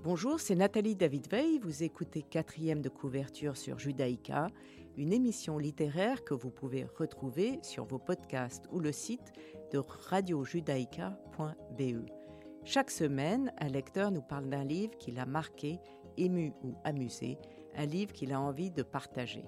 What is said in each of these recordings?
Bonjour, c'est Nathalie David-Veil. Vous écoutez 4e de couverture sur Judaïka, une émission littéraire que vous pouvez retrouver sur vos podcasts ou le site de radiojudaïka.be. Chaque semaine, un lecteur nous parle d'un livre qui l'a marqué, ému ou amusé, un livre qu'il a envie de partager.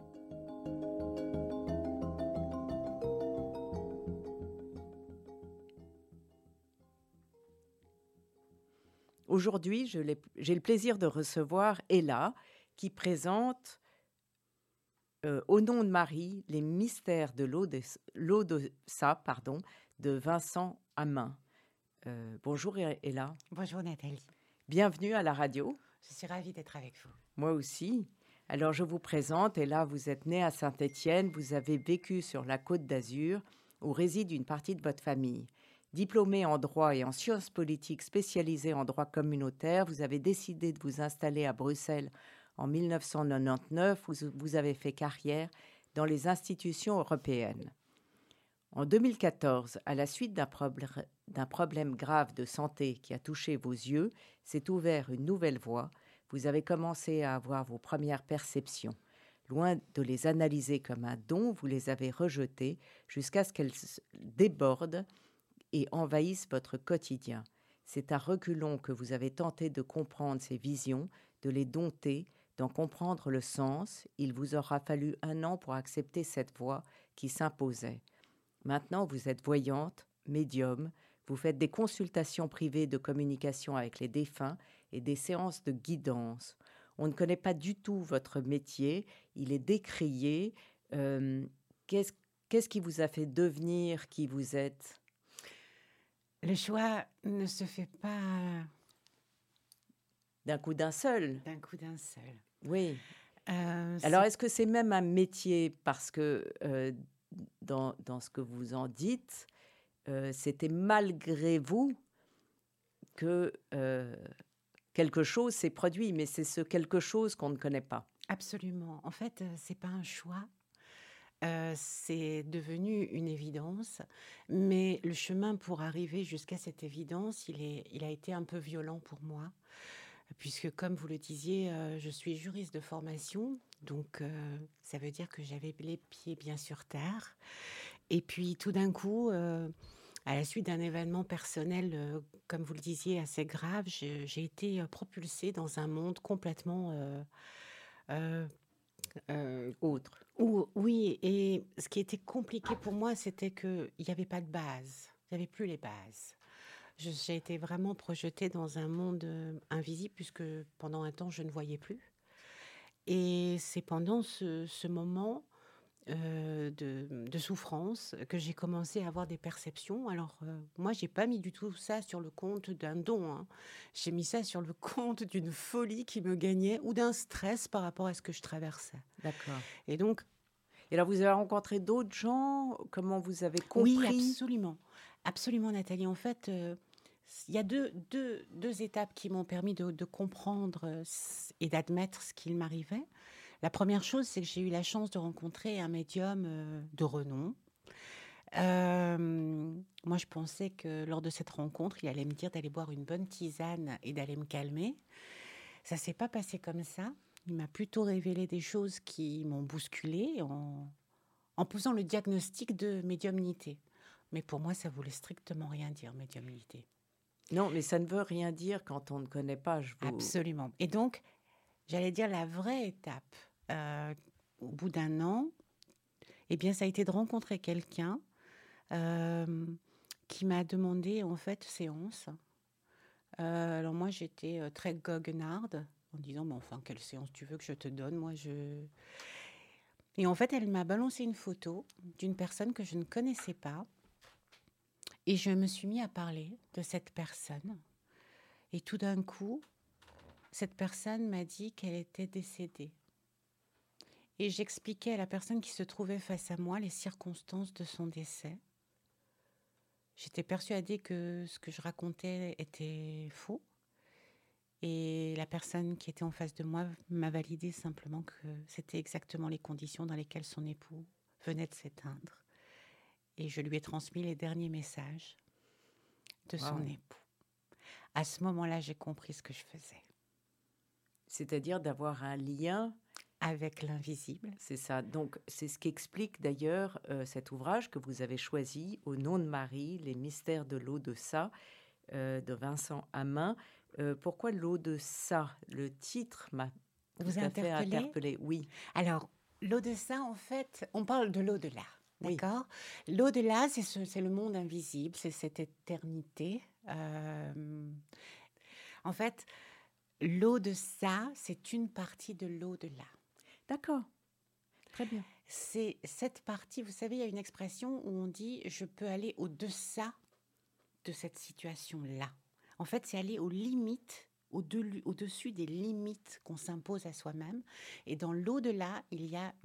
Aujourd'hui, j'ai le plaisir de recevoir Ella, qui présente Au nom de Marie, les mystères de l'Odossa, de Vincent Hammin. Bonjour Ella. Bonjour Nathalie. Bienvenue à la radio. Je suis ravie d'être avec vous. Moi aussi. Alors je vous présente, Ella, vous êtes née à Saint-Étienne, vous avez vécu sur la Côte d'Azur, où réside une partie de votre famille. Diplômée en droit et en sciences politiques spécialisée en droit communautaire, vous avez décidé de vous installer à Bruxelles en 1999, où vous avez fait carrière dans les institutions européennes. En 2014, à la suite d'un problème grave de santé qui a touché vos yeux, s'est ouvert une nouvelle voie. Vous avez commencé à avoir vos premières perceptions. Loin de les analyser comme un don, vous les avez rejetées jusqu'à ce qu'elles débordent et envahissent votre quotidien. C'est à reculons que vous avez tenté de comprendre ces visions, de les dompter, d'en comprendre le sens. Il vous aura fallu 1 an pour accepter cette voie qui s'imposait. Maintenant, vous êtes voyante, médium, vous faites des consultations privées de communication avec les défunts et des séances de guidance. On ne connaît pas du tout votre métier, il est décrié. Qu'est-ce qui vous a fait devenir qui vous êtes ? Le choix ne se fait pas d'un coup d'un seul. D'un coup d'un seul. Oui. Alors, est-ce que c'est même un métier parce que dans ce que vous en dites, c'était malgré vous que quelque chose s'est produit, mais c'est ce quelque chose qu'on ne connaît pas. Absolument. En fait, c'est pas un choix. C'est devenu une évidence, mais le chemin pour arriver jusqu'à cette évidence, il a été un peu violent pour moi, puisque comme vous le disiez, je suis juriste de formation, donc ça veut dire que j'avais les pieds bien sur terre. Et puis tout d'un coup, à la suite d'un événement personnel, comme vous le disiez, assez grave, j'ai été propulsée dans un monde complètement autre. Oui, et ce qui était compliqué pour moi, c'était qu'il n'y avait pas de base. Il n'y avait plus les bases. J'ai été vraiment projetée dans un monde invisible, puisque pendant un temps, je ne voyais plus. Et c'est pendant ce moment de souffrance que j'ai commencé à avoir des perceptions. Alors, moi, j'ai pas mis du tout ça sur le compte d'un don, hein. J'ai mis ça sur le compte d'une folie qui me gagnait ou d'un stress par rapport à ce que je traversais. D'accord. Et donc... Et alors, vous avez rencontré d'autres gens? Comment vous avez compris? Oui, absolument. Absolument, Nathalie. En fait, il y a deux étapes qui m'ont permis de comprendre et d'admettre ce qu'il m'arrivait. La première chose, c'est que j'ai eu la chance de rencontrer un médium de renom. Moi, je pensais que lors de cette rencontre, il allait me dire d'aller boire une bonne tisane et d'aller me calmer. Ça ne s'est pas passé comme ça. Il m'a plutôt révélé des choses qui m'ont bousculée en posant le diagnostic de médiumnité. Mais pour moi, ça voulait strictement rien dire, médiumnité. Non, mais ça ne veut rien dire quand on ne connaît pas. Absolument. Et donc, j'allais dire la vraie étape, au bout d'1 an, eh bien, ça a été de rencontrer quelqu'un qui m'a demandé, en fait, séance. Alors moi, j'étais très goguenarde, en disant, mais enfin, quelle séance tu veux que je te donne? Moi, Et en fait, elle m'a balancé une photo d'une personne que je ne connaissais pas. Et je me suis mis à parler de cette personne. Et tout d'un coup, cette personne m'a dit qu'elle était décédée. Et j'expliquais à la personne qui se trouvait face à moi les circonstances de son décès. J'étais persuadée que ce que je racontais était faux. Et la personne qui était en face de moi m'a validé simplement que c'était exactement les conditions dans lesquelles son époux venait de s'éteindre. Et je lui ai transmis les derniers messages de son époux. À ce moment-là, j'ai compris ce que je faisais. C'est-à-dire d'avoir un lien, avec l'invisible. c'est ça. Donc, c'est ce qu'explique d'ailleurs cet ouvrage que vous avez choisi, Au nom de Marie, les mystères de l'au-deçà, de Vincent Hammin. Pourquoi l'au-deçà? Le titre m'a tout Vous à fait interpellez? interpellée. Oui, Alors, l'au-delà, en fait, on parle de l'au-delà, oui. d'accord? L'au-delà, c'est le monde invisible, c'est cette éternité. En fait, l'au-deçà, c'est une partie de l'au-delà. D'accord, très bien. C'est cette partie, vous savez, il y a une expression où on dit je peux aller au-deçà de cette situation-là. En fait, c'est aller aux limites, au-dessus des limites qu'on s'impose à soi-même. Et dans l'au-delà, il y a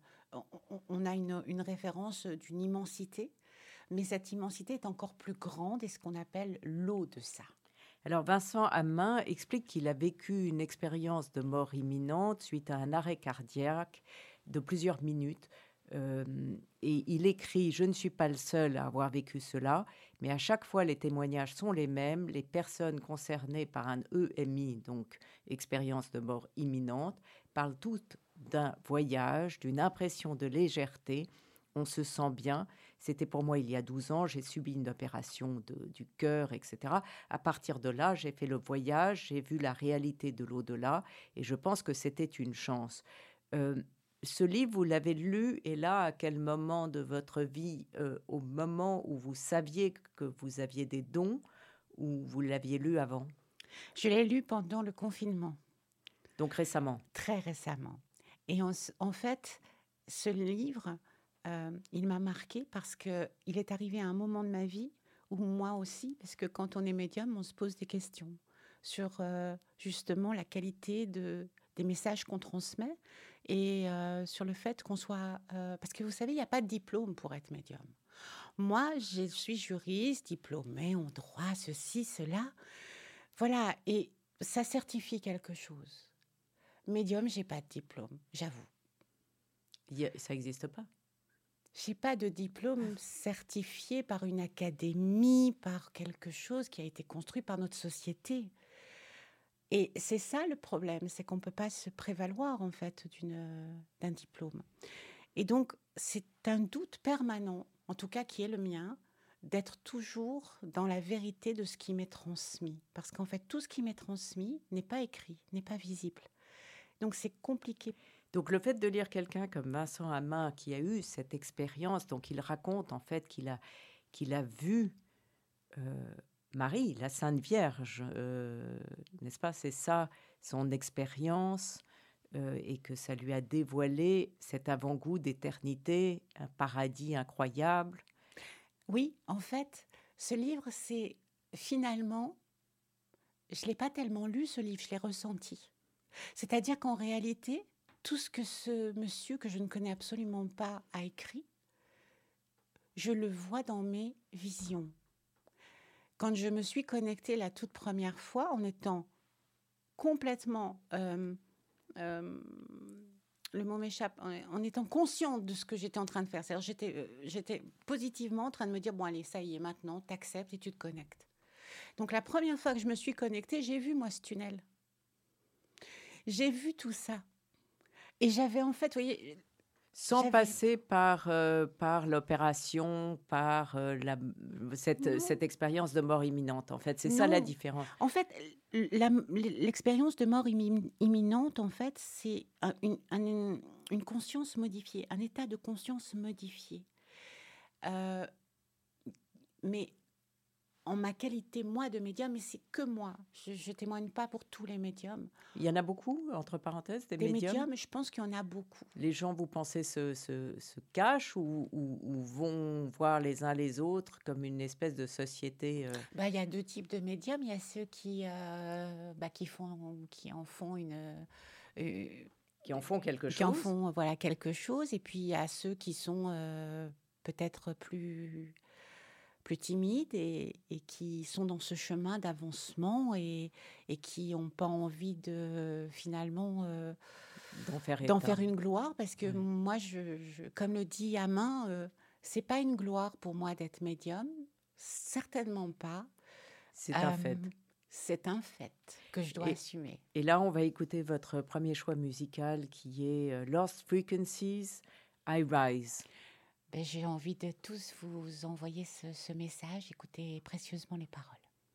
on a une référence d'une immensité, mais cette immensité est encore plus grande et ce qu'on appelle l'au-deçà. Alors, Vincent Hammin explique qu'il a vécu une expérience de mort imminente suite à un arrêt cardiaque de plusieurs minutes. Euh, et il écrit: Je ne suis pas le seul à avoir vécu cela, mais à chaque fois, les témoignages sont les mêmes. Les personnes concernées par un EMI, donc expérience de mort imminente, parlent toutes d'un voyage, d'une impression de légèreté. On se sent bien. C'était pour moi il y a 12 ans. J'ai subi une opération du cœur, etc. À partir de là, j'ai fait le voyage, j'ai vu la réalité de l'au-delà et je pense que c'était une chance. Euh, Ce livre, vous l'avez lu et là, à quel moment de votre vie, au moment où vous saviez que vous aviez des dons ou vous l'aviez lu avant? Je l'ai lu pendant le confinement, Donc récemment. très récemment. Et en fait, ce livre, il m'a marqué parce qu'il est arrivé à un moment de ma vie où moi aussi, parce que quand on est médium, on se pose des questions sur justement la qualité des messages qu'on transmet et sur le fait qu'on soit... parce que vous savez, il n'y a pas de diplôme pour être médium. Moi, je suis juriste, diplômée en droit, ceci, cela. Voilà, et ça certifie quelque chose. Médium, j'ai pas de diplôme, j'avoue. Ça n'existe pas. J'ai pas de diplôme certifié par une académie, par quelque chose qui a été construit par notre société. Et c'est ça le problème, c'est qu'on peut pas se prévaloir en fait d'un diplôme. Et donc c'est un doute permanent, en tout cas qui est le mien, d'être toujours dans la vérité de ce qui m'est transmis. Parce qu'en fait, tout ce qui m'est transmis n'est pas écrit, n'est pas visible. Donc c'est compliqué. Donc le fait de lire quelqu'un comme Vincent Hammin qui a eu cette expérience, donc il raconte en fait qu'il a vu Marie, la Sainte Vierge, n'est-ce pas? C'est ça, son expérience, et que ça lui a dévoilé cet avant-goût d'éternité, un paradis incroyable. Oui, en fait, ce livre, c'est finalement, je ne l'ai pas tellement lu, ce livre, je l'ai ressenti. C'est-à-dire qu'en réalité, tout ce que ce monsieur, que je ne connais absolument pas, a écrit, je le vois dans mes visions. Quand je me suis connectée la toute première fois, en étant complètement... le mot m'échappe, en étant consciente de ce que j'étais en train de faire. C'est-à-dire j'étais positivement en train de me dire, bon allez, ça y est, maintenant, t'acceptes et tu te connectes. Donc la première fois que je me suis connectée, j'ai vu moi ce tunnel. J'ai vu tout ça. Et j'avais en fait, vous voyez... Sans passer par l'opération, par cette expérience de mort imminente, en fait. C'est ça la différence. En fait, l'expérience de mort imminente, en fait, c'est une conscience modifiée, un état de conscience modifié. Mais en ma qualité, moi, de médium, mais c'est que moi. Je ne témoigne pas pour tous les médiums. Il y en a beaucoup, entre parenthèses, des médiums? Je pense qu'il y en a beaucoup. Les gens, vous pensez, se cachent ou vont voir les uns les autres comme une espèce de société Il y a deux types de médiums. Il y a ceux qui en font qui en font quelque chose. Qui en font voilà, quelque chose. Et puis, il y a ceux qui sont peut-être plus timides et qui sont dans ce chemin d'avancement et qui n'ont pas envie de finalement d'en faire une gloire. Parce que moi, comme le dit Hammin, c'est pas une gloire pour moi d'être médium. Certainement pas. C'est un fait. C'est un fait que je dois assumer. Et là, on va écouter votre premier choix musical qui est Lost Frequencies, I Rise. Ben, j'ai envie de tous vous envoyer ce message. Écoutez précieusement les paroles.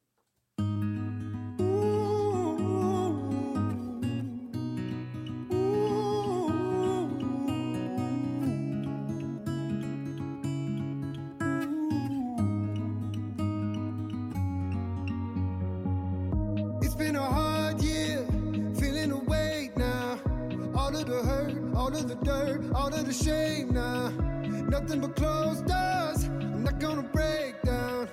It's been a hard year, feeling the weight now. All of the hurt, all of the dirt, all of the shame now. Nothing but closed doors, I'm not gonna break down.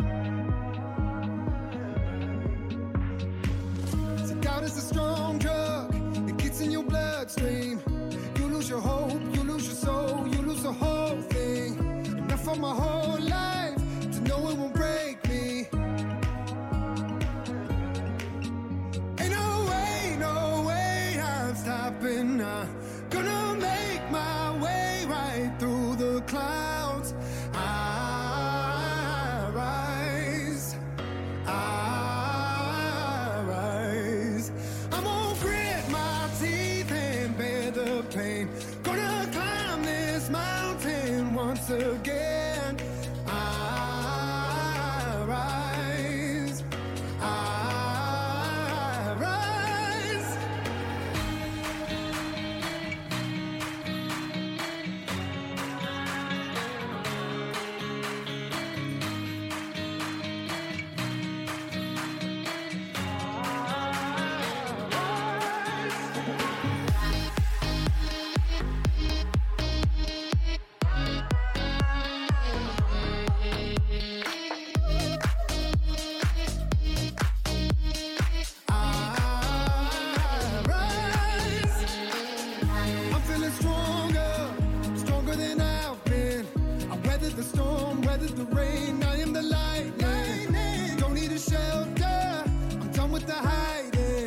See, doubt is a strong drug, it gets in your bloodstream. You lose your hope, you lose your soul, you lose the whole thing. Enough for my whole life to know it won't break me. Stopping now, gonna make my way right through the clouds. I rise, I rise. I'm gonna grit my teeth and bear the pain. Gonna climb this mountain once again. I rise, I rise. I'm feeling stronger, stronger than I've been. I weathered the storm, weathered the rain. I am the lightning. Don't need a shelter. I'm done with the hiding.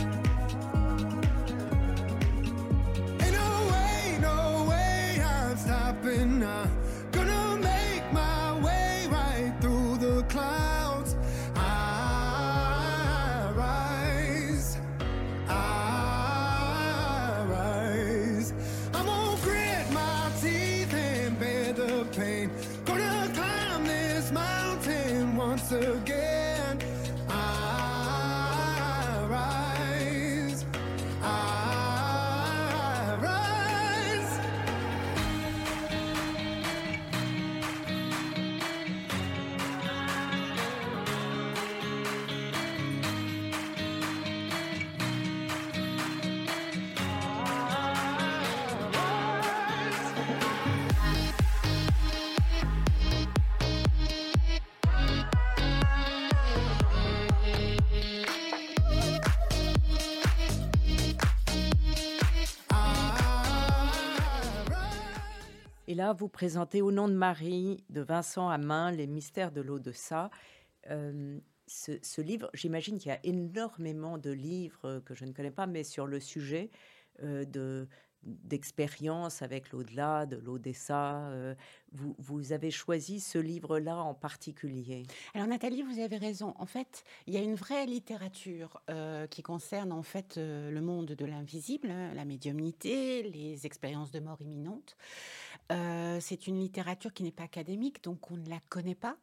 Ain't no way I'm stopping now. Gonna make my way right through the clouds. I rise. I rise. I'm gonna grit my teeth and bear the pain. Gonna climb this mountain once again. I rise. I rise. Et là, vous présentez Au nom de Marie de Vincent Hammin, Les mystères de l'Au-Deçà. Ce livre, j'imagine qu'il y a énormément de livres que je ne connais pas, mais sur le sujet d'expérience avec l'au-delà, de l'Au-Deçà. Vous avez choisi ce livre-là en particulier. Alors Nathalie, vous avez raison. En fait, il y a une vraie littérature qui concerne en fait le monde de l'invisible, hein, la médiumnité, les expériences de mort imminente. C'est une littérature qui n'est pas académique, donc on ne la connaît pas.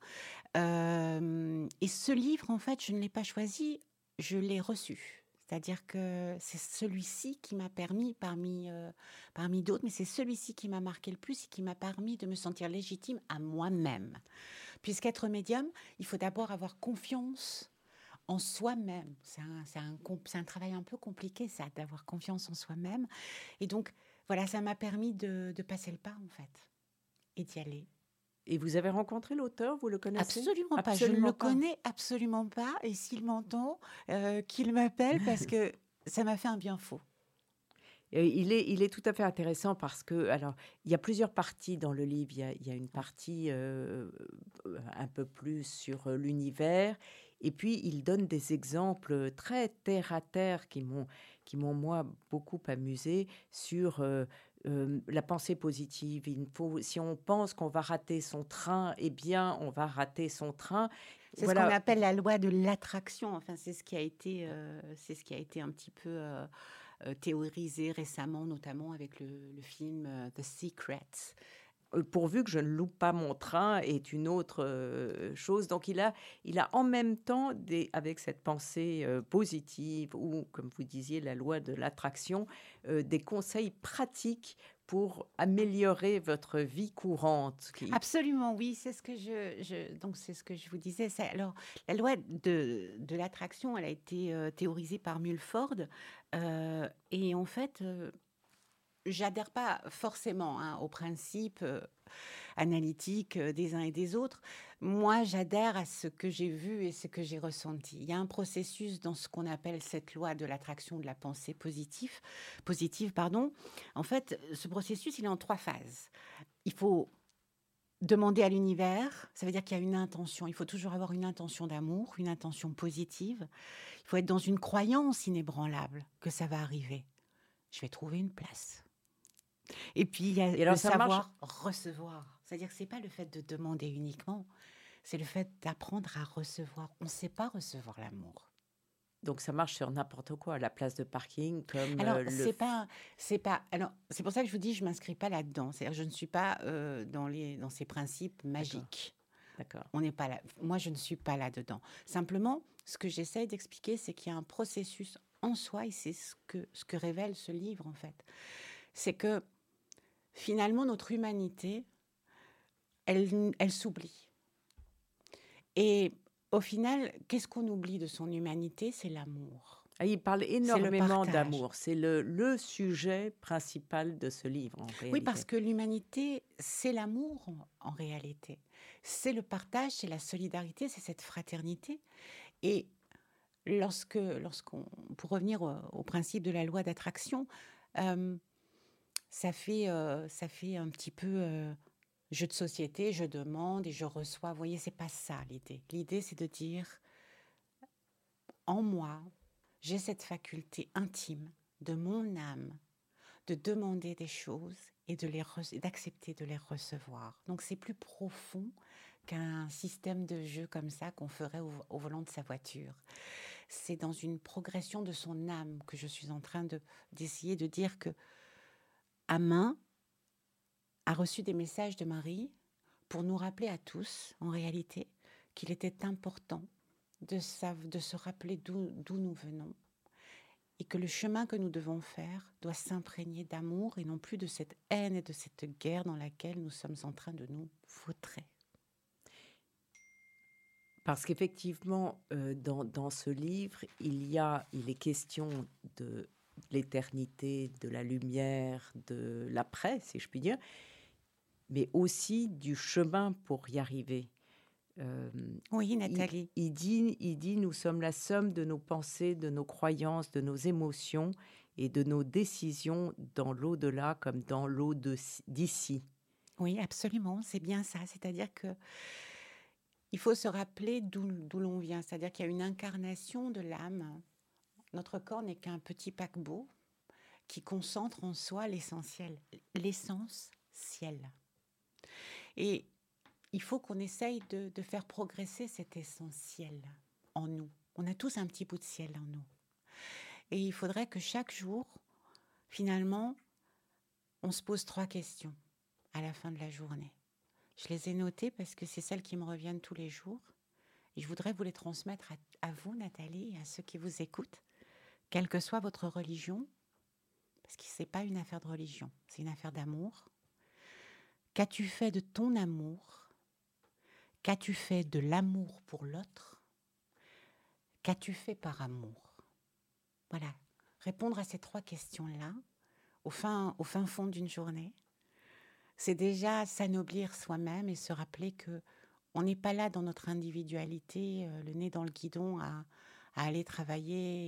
Et ce livre, en fait, je ne l'ai pas choisi, je l'ai reçu. C'est-à-dire que c'est celui-ci qui m'a permis, parmi d'autres, mais c'est celui-ci qui m'a marqué le plus et qui m'a permis de me sentir légitime à moi-même. Puisqu'être médium, il faut d'abord avoir confiance en soi-même. C'est un travail un peu compliqué, ça, d'avoir confiance en soi-même. Et donc, voilà, ça m'a permis de passer le pas, en fait, et d'y aller. Et vous avez rencontré l'auteur, vous le connaissez? Absolument pas, je ne le connais absolument pas. Et s'il m'entend, qu'il m'appelle parce que ça m'a fait un bien fou. Il est tout à fait intéressant parce que, alors, il y a plusieurs parties dans le livre. Il y a une partie un peu plus sur l'univers. Et puis, il donne des exemples très terre-à-terre qui m'ont, moi, beaucoup amusé sur la pensée positive. Si on pense qu'on va rater son train, eh bien, on va rater son train. C'est ce qu'on voilà. appelle la loi de l'attraction. Enfin, c'est ce qui a été un petit peu théorisé récemment, notamment avec le film The Secret. Pourvu que je ne loupe pas mon train est une autre chose. Donc il a en même temps, avec cette pensée positive ou, comme vous disiez, la loi de l'attraction, des conseils pratiques pour améliorer votre vie courante. Absolument, oui, c'est ce que donc c'est ce que je vous disais. Alors, la loi de l'attraction, elle a été théorisée par Mulford, et en fait, j'adhère pas forcément au principe analytique des uns et des autres. Moi, j'adhère à ce que j'ai vu et ce que j'ai ressenti. Il y a un processus dans ce qu'on appelle cette loi de l'attraction de la pensée positive, pardon. En fait, ce processus, il est en 3 phases. Il faut demander à l'univers, ça veut dire qu'il y a une intention. Il faut toujours avoir une intention d'amour, une intention positive. Il faut être dans une croyance inébranlable que ça va arriver. Je vais trouver une place. Et puis, il y a le savoir recevoir. C'est-à-dire que ce n'est pas le fait de demander uniquement, c'est le fait d'apprendre à recevoir. On ne sait pas recevoir l'amour. Donc ça marche sur n'importe quoi, la place de parking, comme alors c'est pas. Alors c'est pour ça que je vous dis, je m'inscris pas là-dedans. C'est-à-dire, je ne suis pas dans ces principes magiques. D'accord. On n'est pas là. Moi, je ne suis pas là-dedans. Simplement, ce que j'essaye d'expliquer, c'est qu'il y a un processus en soi, et c'est ce que révèle ce livre en fait. C'est que finalement, notre humanité, elle s'oublie. Et au final, qu'est-ce qu'on oublie de son humanité? C'est l'amour. Il parle énormément d'amour. C'est le sujet principal de ce livre, en réalité. Oui, parce que l'humanité, c'est l'amour, en réalité. C'est le partage, c'est la solidarité, c'est cette fraternité. Et pour revenir au principe de la loi d'attraction, ça fait un petit peu jeu de société, je demande et je reçois. Vous voyez, c'est pas ça l'idée. L'idée, c'est de dire, en moi, j'ai cette faculté intime de mon âme de demander des choses et d'accepter de les recevoir. Donc, c'est plus profond qu'un système de jeu comme ça qu'on ferait au volant de sa voiture. C'est dans une progression de son âme que je suis en train d'essayer de dire que Amin a reçu des messages de Marie pour nous rappeler à tous, en réalité, qu'il était important de se rappeler d'où nous venons et que le chemin que nous devons faire doit s'imprégner d'amour et non plus de cette haine et de cette guerre dans laquelle nous sommes en train de nous vautrer. Parce qu'effectivement, dans ce livre, il est question de l'éternité, de la lumière, de l'après, si je puis dire, mais aussi du chemin pour y arriver. Oui, Nathalie. Il dit, nous sommes la somme de nos pensées, de nos croyances, de nos émotions et de nos décisions dans l'au-delà comme dans l'au d'ici. Oui, absolument, c'est bien ça. C'est-à-dire que il faut se rappeler d'où l'on vient. C'est-à-dire qu'il y a une incarnation de l'âme. Notre corps n'est qu'un petit paquebot qui concentre en soi l'essentiel, l'essence ciel. Et il faut qu'on essaye de faire progresser cet essentiel en nous. On a tous un petit bout de ciel en nous. Et il faudrait que chaque jour, finalement, on se pose 3 questions à la fin de la journée. Je les ai notées parce que c'est celles qui me reviennent tous les jours. Et je voudrais vous les transmettre à vous, Nathalie, et à ceux qui vous écoutent, quelle que soit votre religion, parce que ce n'est pas une affaire de religion, c'est une affaire d'amour. Qu'as-tu fait de ton amour ? Qu'as-tu fait de l'amour pour l'autre ? Qu'as-tu fait par amour ? Voilà, répondre à ces 3 questions-là, au fin fond d'une journée, c'est déjà s'anoblir soi-même et se rappeler que on n'est pas là dans notre individualité, le nez dans le guidon, à aller travailler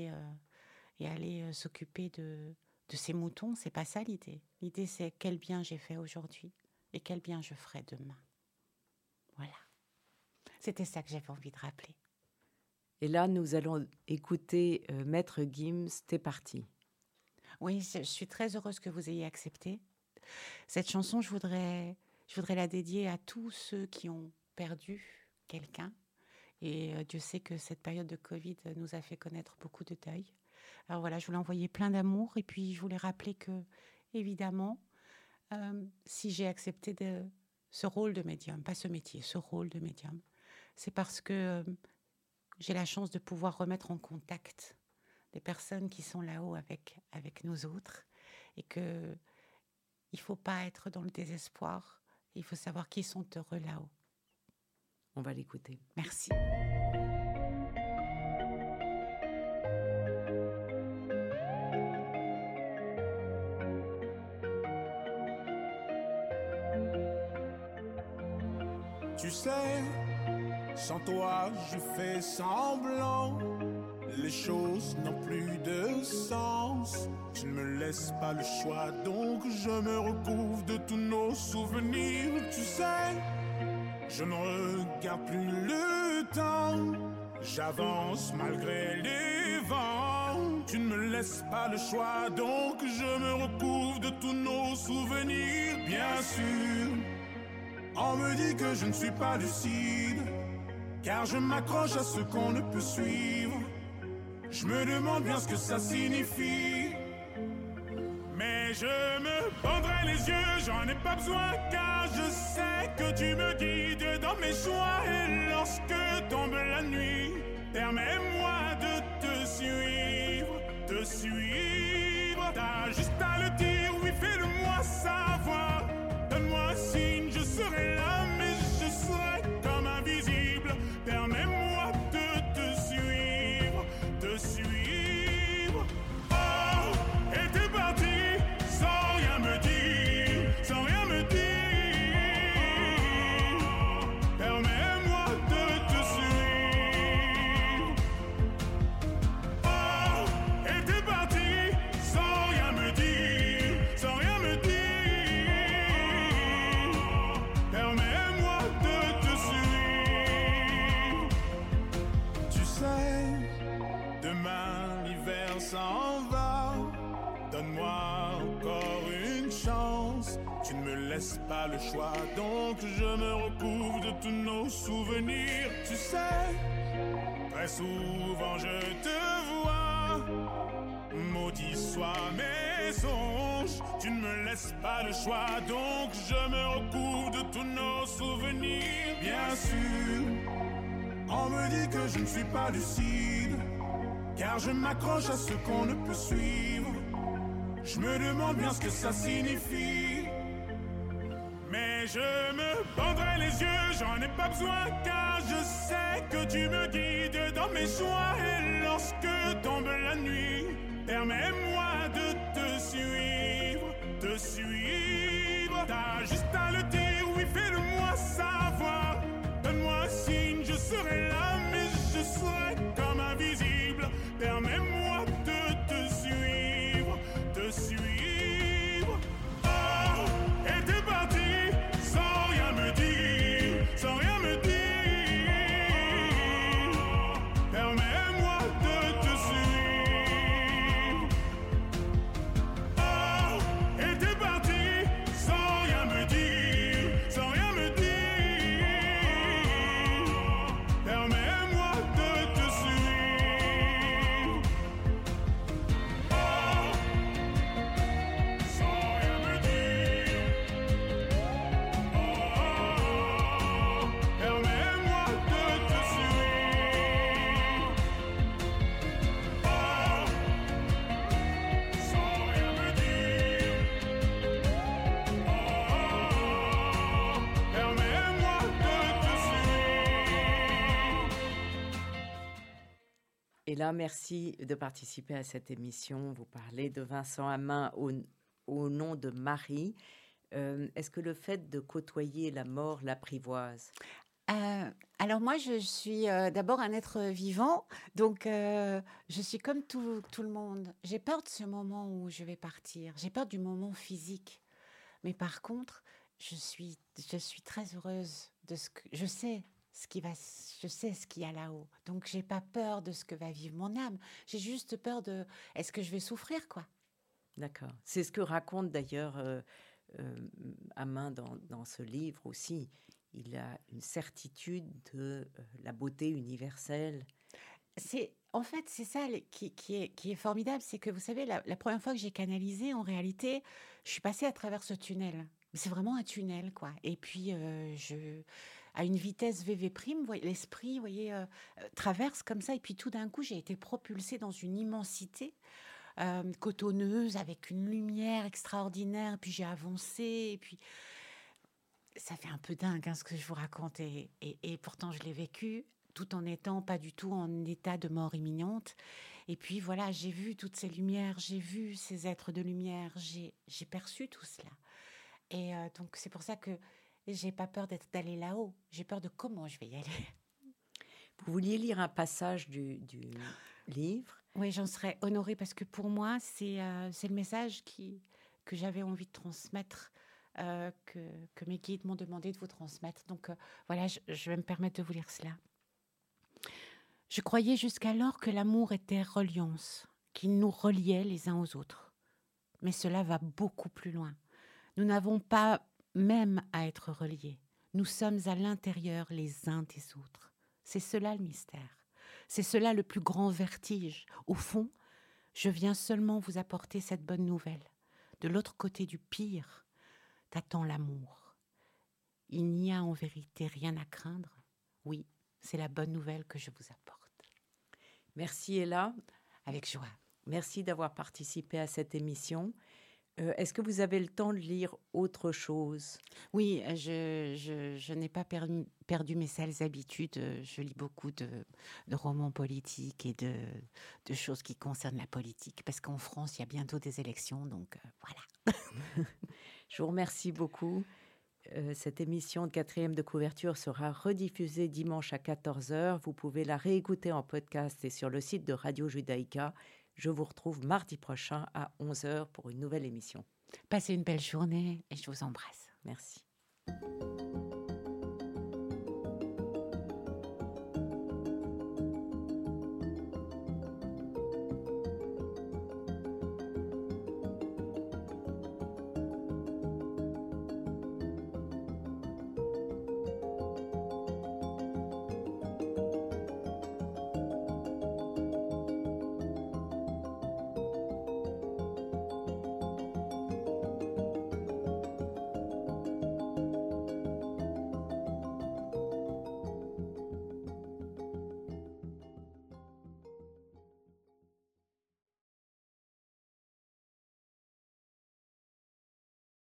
et aller s'occuper de ces moutons. C'est pas ça l'idée. L'idée, c'est quel bien j'ai fait aujourd'hui et quel bien je ferai demain. Voilà. C'était ça que j'avais envie de rappeler. Et là, nous allons écouter Maître Gims, T'es parti. Oui, je suis très heureuse que vous ayez accepté. Cette chanson, je voudrais la dédier à tous ceux qui ont perdu quelqu'un, Et Dieu sait que cette période de Covid nous a fait connaître beaucoup de deuil. Alors voilà, je voulais envoyer plein d'amour et puis je voulais rappeler que, évidemment, si j'ai accepté ce rôle de médium, pas ce métier, ce rôle de médium, c'est parce que j'ai la chance de pouvoir remettre en contact des personnes qui sont là-haut avec nous autres et que il faut pas être dans le désespoir, il faut savoir qu'ils sont heureux là-haut. On va l'écouter. Merci. Tu sais, sans toi je fais semblant. Les choses n'ont plus de sens. Tu ne me laisses pas le choix, donc je me recouvre de tous nos souvenirs. Tu sais, je ne regarde plus le temps. J'avance malgré les vents. Tu ne me laisses pas le choix, donc je me recouvre de tous nos souvenirs. Bien sûr, on me dit que je ne suis pas lucide, car je m'accroche à ce qu'on ne peut suivre. Je me demande bien ce que ça signifie. Mais je me bandrai les yeux, j'en ai pas besoin, car je sais que tu me guides dans mes choix. Et lorsque tombe la nuit, permets-moi de te suivre, te suivre. T'as juste à le dire, oui, fais-le-moi savoir. Donne-moi un signe, je serai là, mais je serai comme invisible. Permets-moi de te suivre, te suivre. Oh, et t'es parti sans rien me dire, sans rien me dire. Permets-moi de te suivre. Oh, et t'es parti sans rien me dire, sans rien me dire. Permets-moi de te suivre. Tu sais, demain l'hiver s'en va. Donne-moi encore une chance. Tu ne me laisses pas le choix, donc je me recouvre de tous nos souvenirs. Tu sais, très souvent je te vois. Maudit soient mes songes. Tu ne me laisses pas le choix, donc je me recouvre de tous nos souvenirs. Bien sûr, on me dit que je ne suis pas lucide, car je m'accroche à ce qu'on ne peut suivre. Je me demande bien ce que ça signifie. Mais je me bandrai les yeux, j'en ai pas besoin, car je sais que tu me guides dans mes choix. Et lorsque tombe la nuit, permets-moi de te suivre, te suivre. T'as juste à le dire, oui, fais-le-moi savoir. Donne-moi un signe, je serai là, mais je serai comme invisible. Permets-moi de te suivre, te suivre. Oh, et t'es parti sans rien me dire, sans rien me dire. Permets-moi de te suivre. Oh, et t'es parti sans rien me dire, sans rien me dire. Permets-moi de te suivre. Oh, sans rien me dire. Oh, permets-moi de te suivre. Oh, sans rien me dire. Oh, permets-moi de te suivre. Et là, merci de participer à cette émission. Vous parlez de Vincent Hammin au nom de Marie. Est-ce que le fait de côtoyer la mort l'apprivoise? Alors moi, je suis d'abord un être vivant, donc je suis comme tout le monde. J'ai peur de ce moment où je vais partir. J'ai peur du moment physique. Mais par contre, je suis très heureuse de ce que je sais. Je sais ce qu'il y a là-haut. Donc, j'ai pas peur de ce que va vivre mon âme. J'ai juste peur de est-ce que je vais souffrir, quoi. D'accord. C'est ce que raconte d'ailleurs Hammin dans ce livre aussi. il a une certitude de la beauté universelle. En fait, c'est ça qui est formidable, c'est que vous savez, la première fois que j'ai canalisé, en réalité, je suis passée à travers ce tunnel. C'est vraiment un tunnel, quoi. Et puis, à une vitesse VV prime, l'esprit, vous voyez, traverse comme ça. Et puis, tout d'un coup, j'ai été propulsée dans une immensité cotonneuse avec une lumière extraordinaire. Puis, j'ai avancé. Et puis, ça fait un peu dingue ce que je vous raconte. Et pourtant, je l'ai vécu tout en étant pas du tout en état de mort imminente. Et puis voilà, j'ai vu toutes ces lumières, j'ai vu ces êtres de lumière, j'ai perçu tout cela. Et donc c'est pour ça que j'ai pas peur d'aller là-haut. J'ai peur de comment je vais y aller. Vous vouliez lire un passage du livre? Oui, j'en serais honorée parce que pour moi, c'est le message que j'avais envie de transmettre, que mes guides m'ont demandé de vous transmettre. Donc voilà, je vais me permettre de vous lire cela. Je croyais jusqu'alors que l'amour était reliance, qu'il nous reliait les uns aux autres. Mais cela va beaucoup plus loin. Nous n'avons pas même à être reliés. Nous sommes à l'intérieur les uns des autres. C'est cela le mystère. C'est cela le plus grand vertige. Au fond, je viens seulement vous apporter cette bonne nouvelle. De l'autre côté du pire, t'attends l'amour. Il n'y a en vérité rien à craindre. Oui, c'est la bonne nouvelle que je vous apporte. Merci Ella. Avec joie. Merci d'avoir participé à cette émission. Est-ce que vous avez le temps de lire autre chose? Oui, je n'ai pas perdu mes sales habitudes. Je lis beaucoup de romans politiques et de choses qui concernent la politique, parce qu'en France, il y a bientôt des élections, donc voilà. Je vous remercie beaucoup. Cette émission de 4e de couverture sera rediffusée dimanche à 14h. Vous pouvez la réécouter en podcast et sur le site de Radio Judaïka. Je vous retrouve mardi prochain à 11h pour une nouvelle émission. Passez une belle journée et je vous embrasse. Merci.